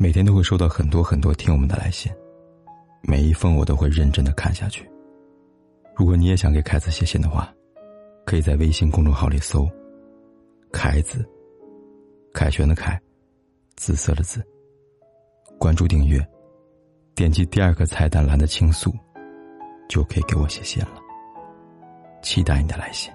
每天都会收到很多听友们的来信，每一封我都会认真的看下去。如果你也想给凯子写信的话，可以在微信公众号里搜凯子，凯旋的凯，紫色的紫，关注订阅，点击第二个菜单栏的倾诉，就可以给我写信了。期待你的来信。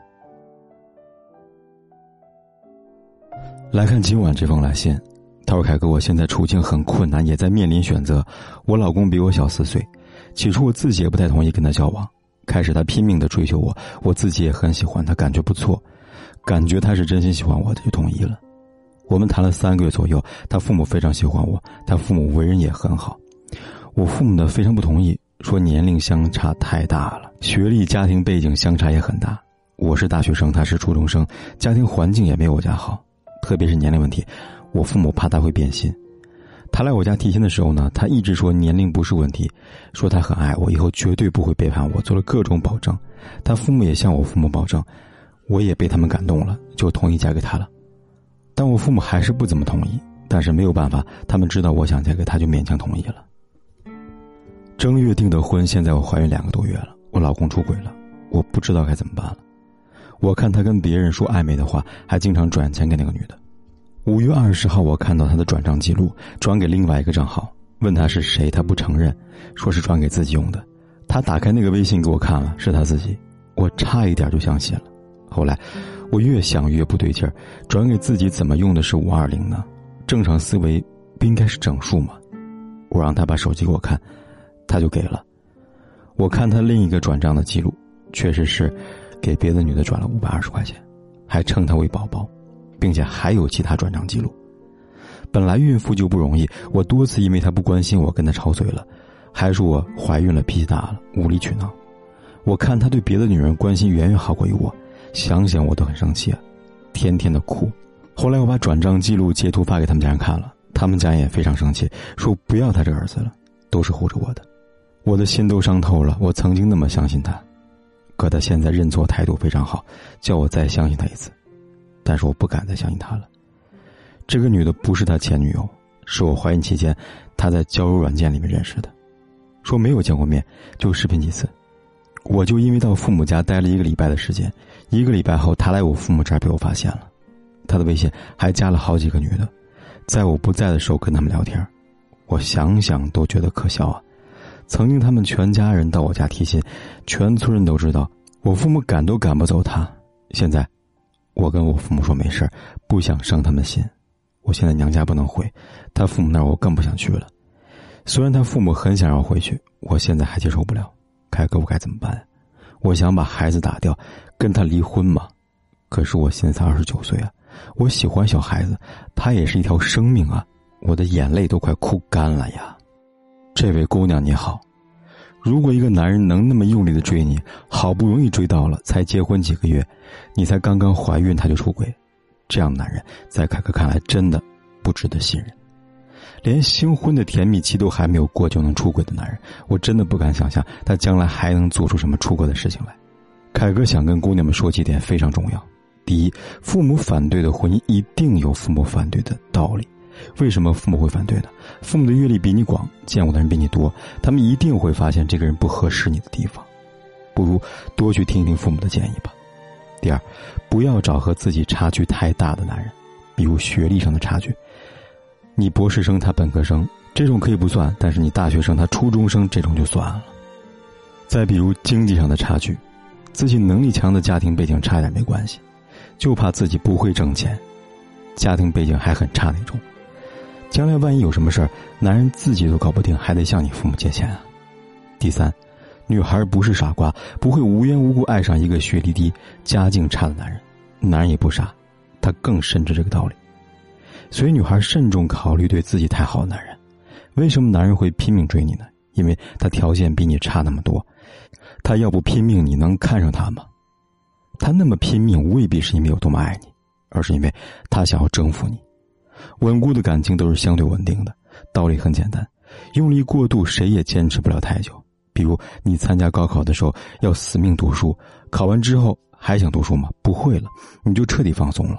来看今晚这封来信，他说：凯哥，我现在处境很困难，也在面临选择。我老公比我小4岁，起初我自己也不太同意跟他交往，开始他拼命地追求我，我自己也很喜欢他，感觉不错，感觉他是真心喜欢我的，就同意了。我们谈了3个月左右，他父母非常喜欢我，他父母为人也很好。我父母呢非常不同意，说年龄相差太大了，学历家庭背景相差也很大，我是大学生，他是初中生，家庭环境也没有我家好，特别是年龄问题，我父母怕他会变心。他来我家提亲的时候呢，他一直说年龄不是问题，说他很爱我，以后绝对不会背叛我，做了各种保证。他父母也向我父母保证，我也被他们感动了，就同意嫁给他了。但我父母还是不怎么同意，但是没有办法，他们知道我想嫁给他，就勉强同意了。正月订的婚，现在我怀孕2个多月了，我老公出轨了，我不知道该怎么办了。我看他跟别人说暧昧的话，还经常转钱给那个女的。5月20号，我看到他的转账记录，转给另外一个账号，问他是谁，他不承认，说是转给自己用的。他打开那个微信给我看了，是他自己，我差一点就相信了。后来我越想越不对劲儿，转给自己怎么用的是520呢？正常思维不应该是整数吗？我让他把手机给我看，他就给了。我看他另一个转账的记录，确实是给别的女的转了520块钱，还称她为宝宝，并且还有其他转账记录。本来孕妇就不容易，我多次因为她不关心我跟她吵嘴了，还说我怀孕了，脾气大了，无理取闹。我看她对别的女人关心远远好过于我，想想我都很生气啊，天天的哭。后来我把转账记录截图发给他们家人看了，他们家人也非常生气，说不要他这个儿子了，都是护着我的。我的心都伤透了，我曾经那么相信他，可他现在认错态度非常好，叫我再相信他一次，但是我不敢再相信他了。这个女的不是他前女友，是我怀孕期间他在交友软件里面认识的，说没有见过面，就视频几次。我就因为到父母家待了1个礼拜的时间，1个礼拜后他来我父母这儿被我发现了，他的微信还加了好几个女的，在我不在的时候跟他们聊天，我想想都觉得可笑啊。曾经他们全家人到我家提亲，全村人都知道，我父母赶都赶不走他。现在我跟我父母说没事，不想伤他们心，我现在娘家不能回，他父母那儿我更不想去了。虽然他父母很想让我回去，我现在还接受不了。凯哥，我该怎么办？我想把孩子打掉，跟他离婚嘛。可是我现在才29岁啊，我喜欢小孩子，他也是一条生命啊，我的眼泪都快哭干了呀。这位姑娘你好，如果一个男人能那么用力的追你，好不容易追到了，才结婚几个月，你才刚刚怀孕他就出轨，这样的男人在凯哥看来真的不值得信任。连新婚的甜蜜期都还没有过就能出轨的男人，我真的不敢想象他将来还能做出什么出轨的事情来。凯哥想跟姑娘们说几点非常重要。第一，父母反对的婚姻一定有父母反对的道理。为什么父母会反对呢？父母的阅历比你广，见过的人比你多，他们一定会发现这个人不合适你的地方，不如多去听听父母的建议吧。第二，不要找和自己差距太大的男人，比如学历上的差距，你博士生他本科生，这种可以不算，但是你大学生他初中生，这种就算了。再比如经济上的差距，自己能力强的家庭背景差点没关系，就怕自己不会挣钱，家庭背景还很差那种，将来万一有什么事儿，男人自己都搞不定，还得向你父母借钱啊。第三，女孩不是傻瓜，不会无缘无故爱上一个学历低、家境差的男人，男人也不傻，他更深知这个道理。所以女孩慎重考虑对自己太好的男人。为什么男人会拼命追你呢？因为他条件比你差那么多，他要不拼命你能看上他吗？他那么拼命未必是因为有多么爱你，而是因为他想要征服你。稳固的感情都是相对稳定的，道理很简单，用力过度谁也坚持不了太久。比如你参加高考的时候要死命读书，考完之后还想读书吗？不会了，你就彻底放松了。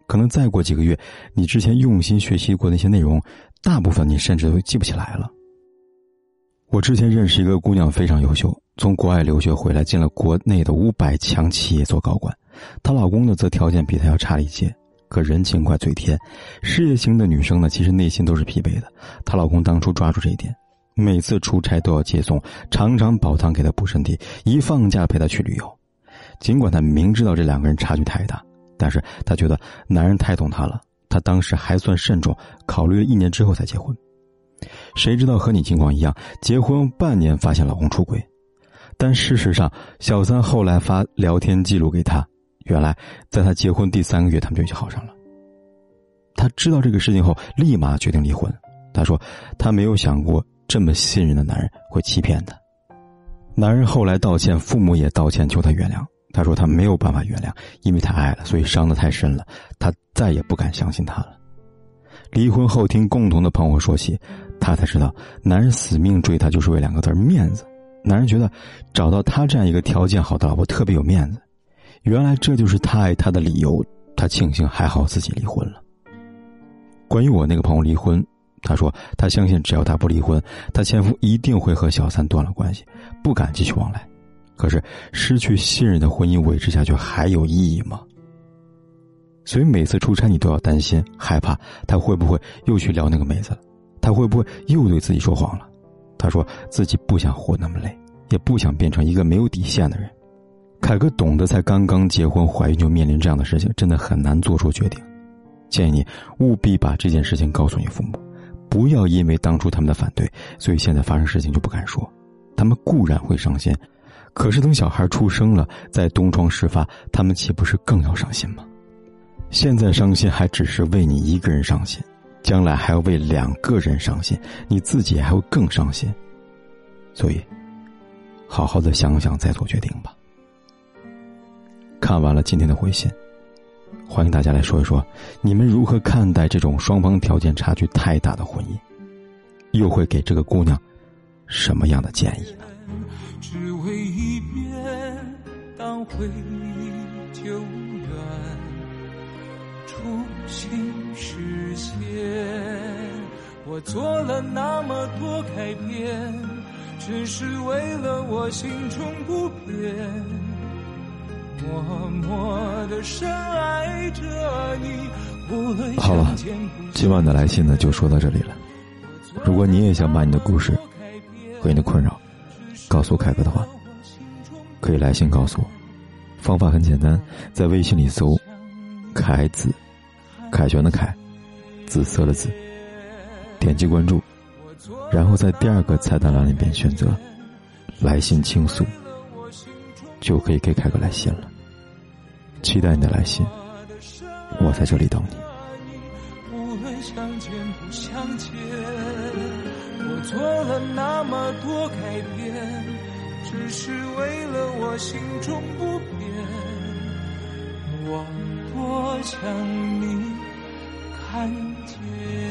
可能再过几个月，你之前用心学习过那些内容，大部分你甚至都记不起来了。我之前认识一个姑娘非常优秀，从国外留学回来，进了国内的500强企业做高管。她老公呢则条件比她要差了一截，可人勤快嘴甜。事业型的女生呢，其实内心都是疲惫的。她老公当初抓住这一点，每次出差都要接送，常常煲汤给她补身体，一放假陪她去旅游。尽管她明知道这两个人差距太大，但是她觉得男人太懂她了，她当时还算慎重，考虑了1年之后才结婚。谁知道和你情况一样，结婚半年发现老公出轨。但事实上，小三后来发聊天记录给她，原来在她结婚第3个月他们就已经好上了。她知道这个事情后立马决定离婚。她说她没有想过这么信任的男人会欺骗她。男人后来道歉，父母也道歉求她原谅。她说她没有办法原谅，因为她爱了，所以伤得太深了，她再也不敢相信他了。离婚后听共同的朋友说起，她才知道男人死命追她就是为2个字：面子。男人觉得找到她这样一个条件好的老婆特别有面子，原来这就是他爱她的理由。她庆幸还好自己离婚了。关于我那个朋友离婚，他说他相信只要他不离婚，他前夫一定会和小三断了关系，不敢继续往来。可是失去信任的婚姻维持下去还有意义吗？所以每次出差你都要担心害怕他会不会又去撩那个妹子了，他会不会又对自己说谎了。他说自己不想活那么累，也不想变成一个没有底线的人。凯哥懂得才刚刚结婚怀孕就面临这样的事情，真的很难做出决定。建议你务必把这件事情告诉你父母，不要因为当初他们的反对，所以现在发生事情就不敢说。他们固然会伤心，可是等小孩出生了，再东窗事发，他们岂不是更要伤心吗？现在伤心还只是为你一个人伤心，将来还要为2个人伤心，你自己还会更伤心。所以好好的想想再做决定吧。看完了今天的回信，欢迎大家来说一说你们如何看待这种双方条件差距太大的婚姻，又会给这个姑娘什么样的建议呢？ 只为一遍当回忆久远，初心实现。我做了那么多改变，只是为了我心中不变，默默地深爱着你。 好了，今晚的来信呢就说到这里了。如果你也想把你的故事和你的困扰告诉凯哥的话，可以来信告诉我。方法很简单，在微信里搜凯子，凯旋的凯，紫色的紫，点击关注，然后在第2个菜单栏里边选择来信倾诉，就可以给凯哥来信了。期待你的来信，我在这里等你。 无论相见不相见，我做了那么多改变，只是为了我心中不变。我多想你看见，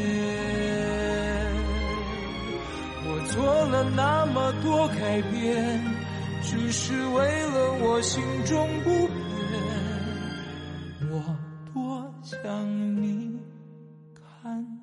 我做了那么多改变，只是为了我心中不变。我多想你看